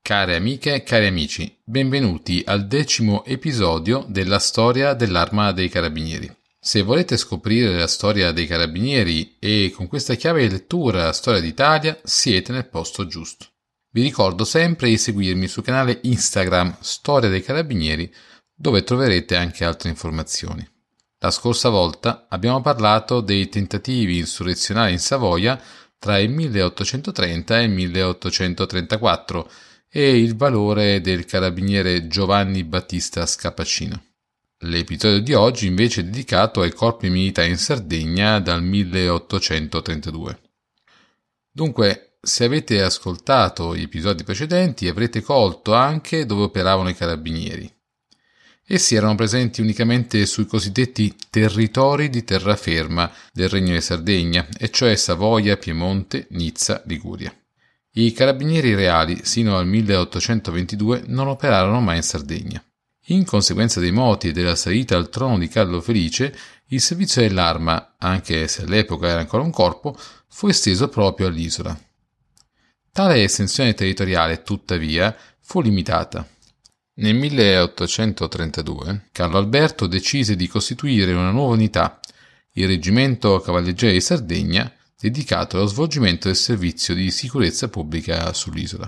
Care amiche e cari amici, benvenuti al 10° episodio della storia dell'Arma dei Carabinieri. Se volete scoprire la storia dei Carabinieri e con questa chiave di lettura la storia d'Italia, siete nel posto giusto. Vi ricordo sempre di seguirmi sul canale Instagram Storia dei Carabinieri, dove troverete anche altre informazioni. La scorsa volta abbiamo parlato dei tentativi insurrezionali in Savoia tra il 1830 e il 1834 e il valore del carabiniere Giovanni Battista Scapacino. L'episodio di oggi invece è dedicato ai corpi militari in Sardegna dal 1832. Dunque, se avete ascoltato gli episodi precedenti avrete colto anche dove operavano i carabinieri. Essi erano presenti unicamente sui cosiddetti territori di terraferma del Regno di Sardegna, e cioè Savoia, Piemonte, Nizza, Liguria. I carabinieri reali, sino al 1822, non operarono mai in Sardegna. In conseguenza dei moti e della salita al trono di Carlo Felice, il servizio dell'Arma, anche se all'epoca era ancora un corpo, fu esteso proprio all'isola. Tale estensione territoriale, tuttavia, fu limitata. Nel 1832 Carlo Alberto decise di costituire una nuova unità, il Reggimento Cavalleggeri di Sardegna, dedicato allo svolgimento del servizio di sicurezza pubblica sull'isola.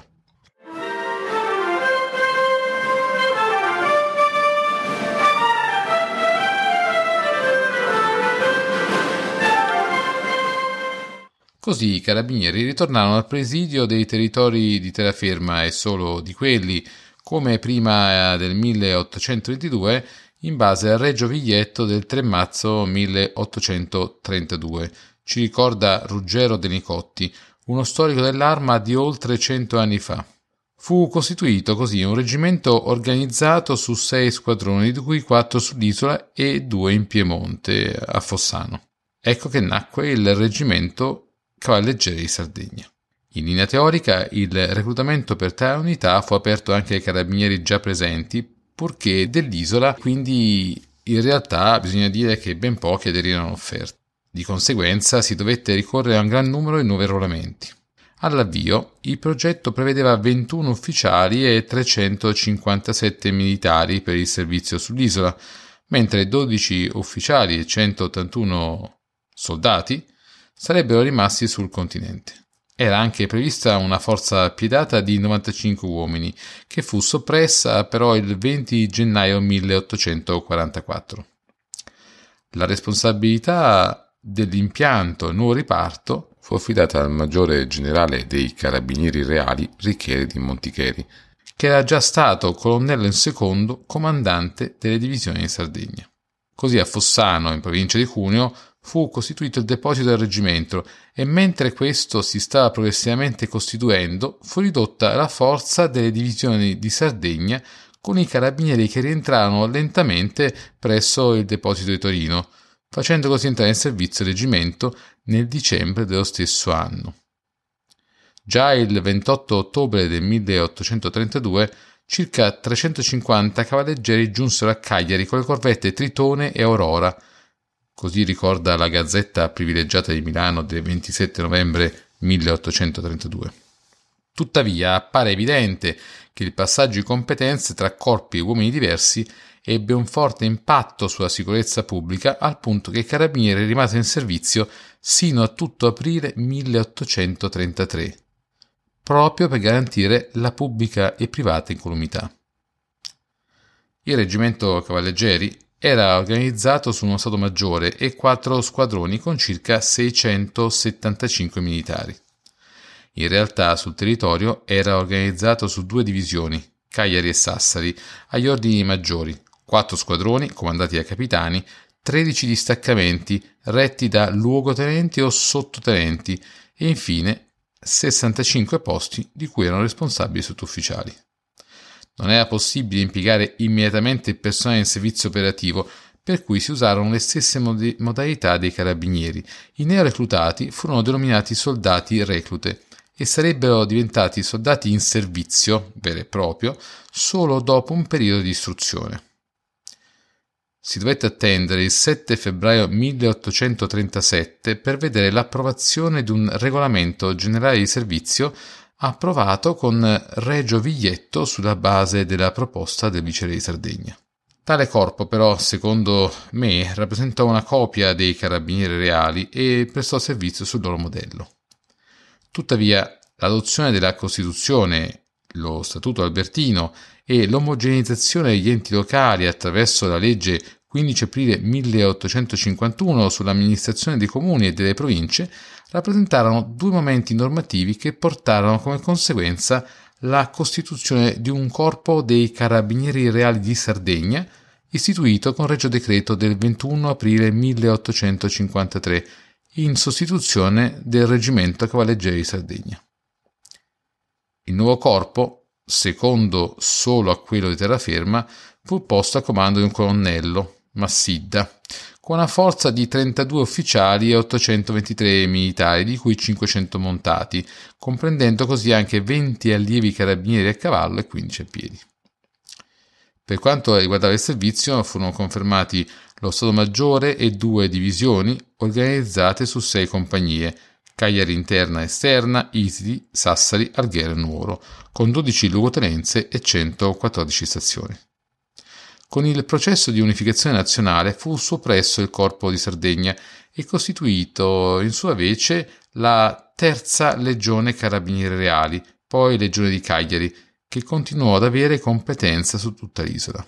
Così i carabinieri ritornarono al presidio dei territori di terraferma e solo di quelli, come prima del 1822, in base al Regio Viglietto del 3 marzo 1832. Ci ricorda Ruggero De Nicotti, uno storico dell'Arma di oltre 100 anni fa. Fu costituito così un reggimento organizzato su 6 squadroni, di cui 4 sull'isola e 2 in Piemonte, a Fossano. Ecco che nacque il Reggimento Cavalleggeri di Sardegna. In linea teorica, il reclutamento per tale unità fu aperto anche ai carabinieri già presenti, purché dell'isola, quindi in realtà bisogna dire che ben pochi aderirono all'offerta. Di conseguenza si dovette ricorrere a un gran numero di nuovi arruolamenti. All'avvio, il progetto prevedeva 21 ufficiali e 357 militari per il servizio sull'isola, mentre 12 ufficiali e 181 soldati sarebbero rimasti sul continente. Era anche prevista una forza piedata di 95 uomini, che fu soppressa però il 20 gennaio 1844. La responsabilità dell'impianto e nuovo riparto fu affidata al maggiore generale dei carabinieri reali Ricchieri di Montichieri, che era già stato colonnello in secondo comandante delle divisioni in Sardegna. Così a Fossano, in provincia di Cuneo, fu costituito il deposito del reggimento e mentre questo si stava progressivamente costituendo fu ridotta la forza delle divisioni di Sardegna con i carabinieri che rientrarono lentamente presso il deposito di Torino, facendo così entrare in servizio il reggimento nel dicembre dello stesso anno. Già il 28 ottobre del 1832 circa 350 cavalleggeri giunsero a Cagliari con le corvette Tritone e Aurora, così ricorda la Gazzetta Privilegiata di Milano del 27 novembre 1832. Tuttavia appare evidente che il passaggio di competenze tra corpi e uomini diversi ebbe un forte impatto sulla sicurezza pubblica, al punto che i carabinieri rimasero in servizio sino a tutto aprile 1833, proprio per garantire la pubblica e privata incolumità. Il reggimento cavalleggeri era organizzato su uno stato maggiore e 4 squadroni con circa 675 militari. In realtà sul territorio era organizzato su 2 divisioni, Cagliari e Sassari, agli ordini maggiori, 4 squadroni comandati da capitani, 13 distaccamenti retti da luogotenenti o sottotenenti e infine 65 posti di cui erano responsabili i sottufficiali. Non era possibile impiegare immediatamente il personale in servizio operativo, per cui si usarono le stesse modalità dei carabinieri. I neoreclutati furono denominati soldati reclute e sarebbero diventati soldati in servizio vero e proprio solo dopo un periodo di istruzione. Si dovette attendere il 7 febbraio 1837 per vedere l'approvazione di un regolamento generale di servizio approvato con Regio Viglietto sulla base della proposta del viceré di Sardegna. Tale corpo però, secondo me, rappresentò una copia dei carabinieri reali e prestò servizio sul loro modello. Tuttavia, l'adozione della Costituzione, lo Statuto Albertino e l'omogeneizzazione degli enti locali attraverso la legge 15 aprile 1851 sull'amministrazione dei comuni e delle province rappresentarono due momenti normativi che portarono come conseguenza la costituzione di un corpo dei Carabinieri Reali di Sardegna, istituito con regio decreto del 21 aprile 1853, in sostituzione del Reggimento Cavalleggeri di Sardegna. Il nuovo corpo, secondo solo a quello di terraferma, fu posto a comando di un colonnello, Massidda, con una forza di 32 ufficiali e 823 militari, di cui 500 montati, comprendendo così anche 20 allievi carabinieri a cavallo e 15 a piedi. Per quanto riguardava il servizio, furono confermati lo Stato Maggiore e 2 divisioni organizzate su 6 compagnie, Cagliari interna e esterna, Isidi, Sassari, Alghero e Nuoro, con 12 luogotenenze e 114 stazioni. Con il processo di unificazione nazionale fu soppresso il Corpo di Sardegna e costituito in sua vece la terza Legione Carabinieri Reali, poi Legione di Cagliari, che continuò ad avere competenza su tutta l'isola.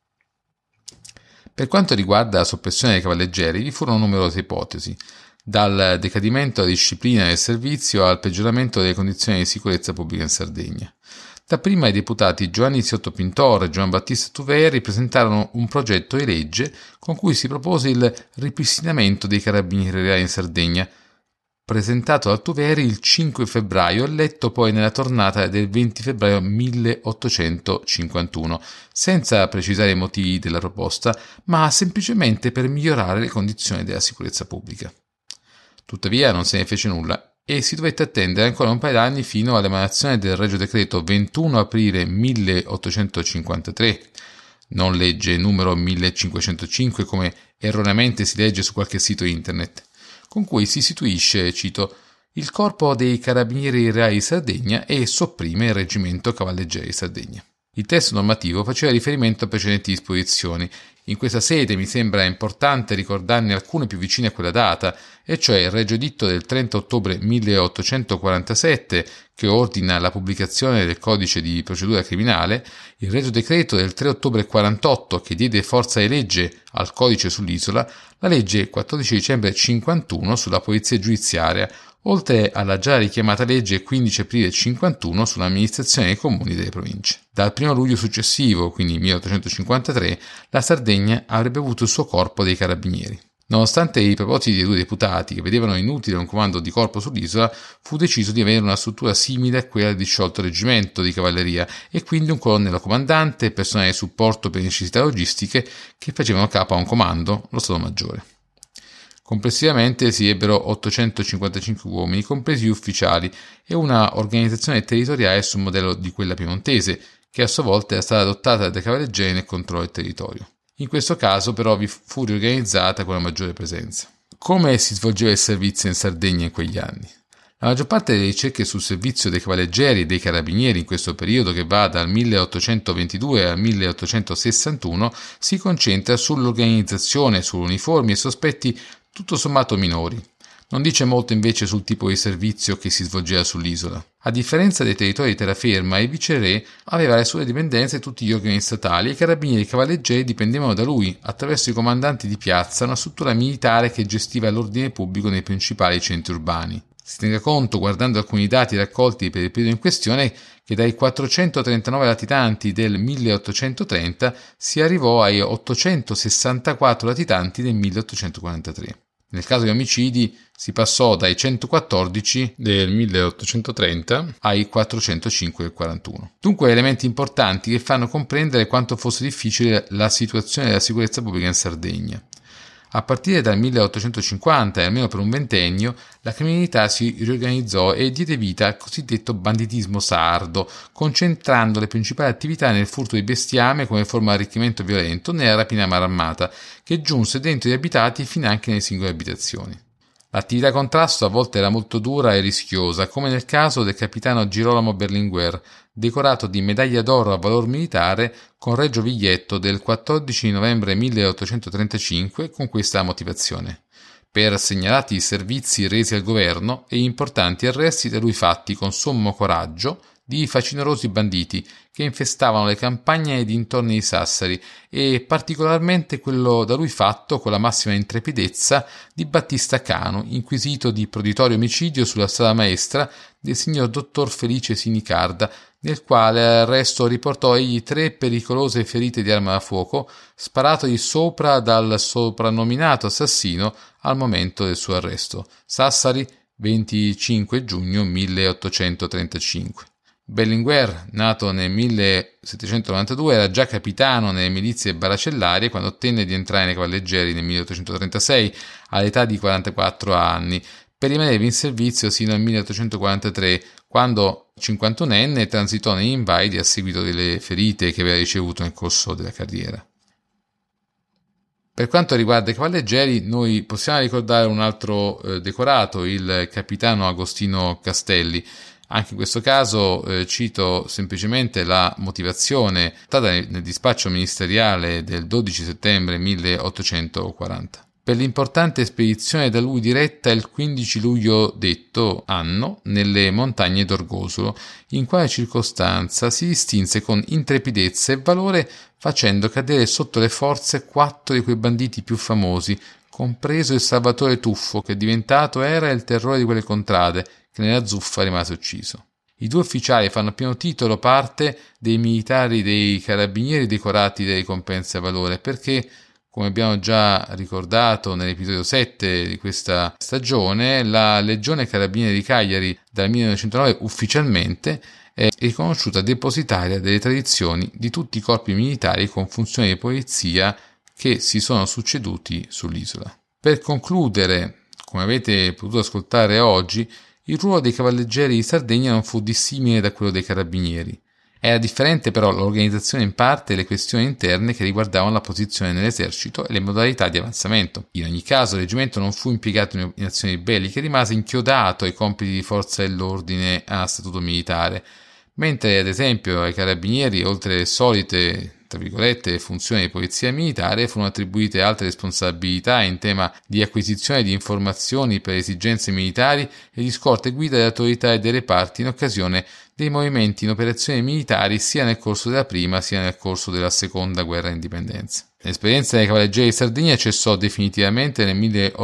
Per quanto riguarda la soppressione dei cavalleggeri, vi furono numerose ipotesi, dal decadimento della disciplina del servizio al peggioramento delle condizioni di sicurezza pubblica in Sardegna. Dapprima i deputati Giovanni Siotto Pintor e Giovan Battista Tuveri presentarono un progetto di legge con cui si propose il ripristinamento dei carabinieri reali in Sardegna, presentato dal Tuveri il 5 febbraio e letto poi nella tornata del 20 febbraio 1851, senza precisare i motivi della proposta, ma semplicemente per migliorare le condizioni della sicurezza pubblica. Tuttavia non se ne fece nulla e si dovette attendere ancora un paio d'anni fino all'emanazione del Regio Decreto 21 aprile 1853, non legge numero 1505 come erroneamente si legge su qualche sito internet, con cui si istituisce, cito, il Corpo dei Carabinieri Reali di Sardegna e sopprime il Reggimento Cavalleggeri di Sardegna. Il testo normativo faceva riferimento a precedenti disposizioni. In questa sede mi sembra importante ricordarne alcune più vicine a quella data, e cioè il Regio Editto del 30 ottobre 1847, che ordina la pubblicazione del Codice di procedura criminale, il Regio Decreto del 3 ottobre 48, che diede forza di legge al Codice sull'isola, la legge 14 dicembre 51 sulla polizia giudiziaria, oltre alla già richiamata legge 15 aprile 51 sull'amministrazione dei comuni e delle province. Dal 1 luglio successivo, quindi 1853, la Sardegna avrebbe avuto il suo corpo dei carabinieri. Nonostante i propositi dei 2 deputati, che vedevano inutile un comando di corpo sull'isola, fu deciso di avere una struttura simile a quella del disciolto reggimento di cavalleria e quindi un colonnello comandante e personale di supporto per necessità logistiche che facevano capo a un comando, lo Stato Maggiore. Complessivamente si ebbero 855 uomini, compresi gli ufficiali, e una organizzazione territoriale sul modello di quella piemontese, che a sua volta era stata adottata dai cavalleggeri nel controllo del territorio. In questo caso però vi fu riorganizzata con una maggiore presenza. Come si svolgeva il servizio in Sardegna in quegli anni? La maggior parte delle ricerche sul servizio dei cavalleggeri e dei carabinieri in questo periodo, che va dal 1822 al 1861, si concentra sull'organizzazione, su uniformi e sospetti tutto sommato minori. Non dice molto invece sul tipo di servizio che si svolgeva sull'isola. A differenza dei territori di terraferma, il viceré aveva le sue dipendenze tutti gli organi statali e i carabinieri e i cavalleggeri dipendevano da lui, attraverso i comandanti di piazza, una struttura militare che gestiva l'ordine pubblico nei principali centri urbani. Si tenga conto, guardando alcuni dati raccolti per il periodo in questione, che dai 439 latitanti del 1830 si arrivò ai 864 latitanti del 1843. Nel caso di omicidi si passò dai 114 del 1830 ai 405 del 41. Dunque elementi importanti che fanno comprendere quanto fosse difficile la situazione della sicurezza pubblica in Sardegna. A partire dal 1850 e almeno per un ventennio, la criminalità si riorganizzò e diede vita al cosiddetto banditismo sardo, concentrando le principali attività nel furto di bestiame come forma di arricchimento violento, nella rapina a mano armata, che giunse dentro gli abitati e finanche nelle singole abitazioni. L'attività contrasto a volte era molto dura e rischiosa, come nel caso del capitano Girolamo Berlinguer, decorato di medaglia d'oro a valor militare con Reggio Viglietto del 14 novembre 1835 con questa motivazione: per segnalati servizi resi al governo e importanti arresti da lui fatti con sommo coraggio di facinorosi banditi che infestavano le campagne ai dintorni di Sassari, e particolarmente quello da lui fatto con la massima intrepidezza di Battista Cano, inquisito di proditorio omicidio sulla strada maestra del signor dottor Felice Sinicarda, nel quale arresto riportò egli 3 pericolose ferite di arma da fuoco sparatogli sopra dal soprannominato assassino al momento del suo arresto. Sassari, 25 giugno 1835. Berlinguer, nato nel 1792, era già capitano nelle milizie baracellarie quando ottenne di entrare nei cavalleggeri nel 1836 all'età di 44 anni, per rimanere in servizio sino al 1843, quando 51enne transitò negli invalidi a seguito delle ferite che aveva ricevuto nel corso della carriera. Per quanto riguarda i cavalleggeri, noi possiamo ricordare un altro decorato, il capitano Agostino Castelli. Anche in questo caso cito semplicemente la motivazione data nel dispaccio ministeriale del 12 settembre 1840. Per l'importante spedizione da lui diretta il 15 luglio detto anno nelle montagne d'Orgosolo, in quale circostanza si distinse con intrepidezza e valore, facendo cadere sotto le forze 4 di quei banditi più famosi, compreso il Salvatore Tuffo, che diventato era il terrore di quelle contrade, che nella zuffa rimase ucciso. I 2 ufficiali fanno a pieno titolo parte dei militari dei carabinieri decorati delle ricompense a valore, perché, come abbiamo già ricordato nell'episodio 7 di questa stagione, la Legione Carabinieri di Cagliari dal 1909 ufficialmente è riconosciuta depositaria delle tradizioni di tutti i corpi militari con funzioni di polizia che si sono succeduti sull'isola. Per concludere, come avete potuto ascoltare oggi, il ruolo dei cavalleggeri di Sardegna non fu dissimile da quello dei carabinieri. Era differente però l'organizzazione in parte e le questioni interne che riguardavano la posizione nell'esercito e le modalità di avanzamento. In ogni caso il reggimento non fu impiegato in azioni belliche, rimase inchiodato ai compiti di forza dell'ordine a statuto militare, mentre ad esempio ai carabinieri, oltre alle solite tra virgolette funzioni di polizia militare, furono attribuite altre responsabilità in tema di acquisizione di informazioni per esigenze militari e di scorta e guida delle autorità e dei reparti in occasione dei movimenti in operazioni militari sia nel corso della prima sia nel corso della seconda guerra d'indipendenza. L'esperienza dei cavalleggeri di Sardegna cessò definitivamente nel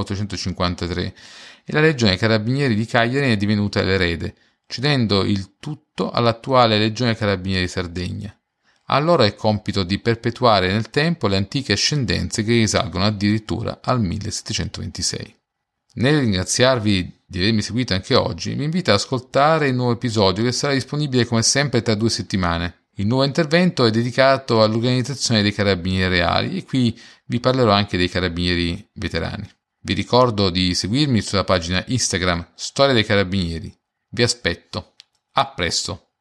1853 e la Legione Carabinieri di Cagliari ne è divenuta l'erede, cedendo il tutto all'attuale Legione Carabinieri di Sardegna. A loro è compito di perpetuare nel tempo le antiche ascendenze che risalgono addirittura al 1726. Nel ringraziarvi di avermi seguito anche oggi, vi invito ad ascoltare il nuovo episodio che sarà disponibile come sempre tra 2 settimane. Il nuovo intervento è dedicato all'organizzazione dei carabinieri reali e qui vi parlerò anche dei carabinieri veterani. Vi ricordo di seguirmi sulla pagina Instagram Storia dei Carabinieri. Vi aspetto. A presto!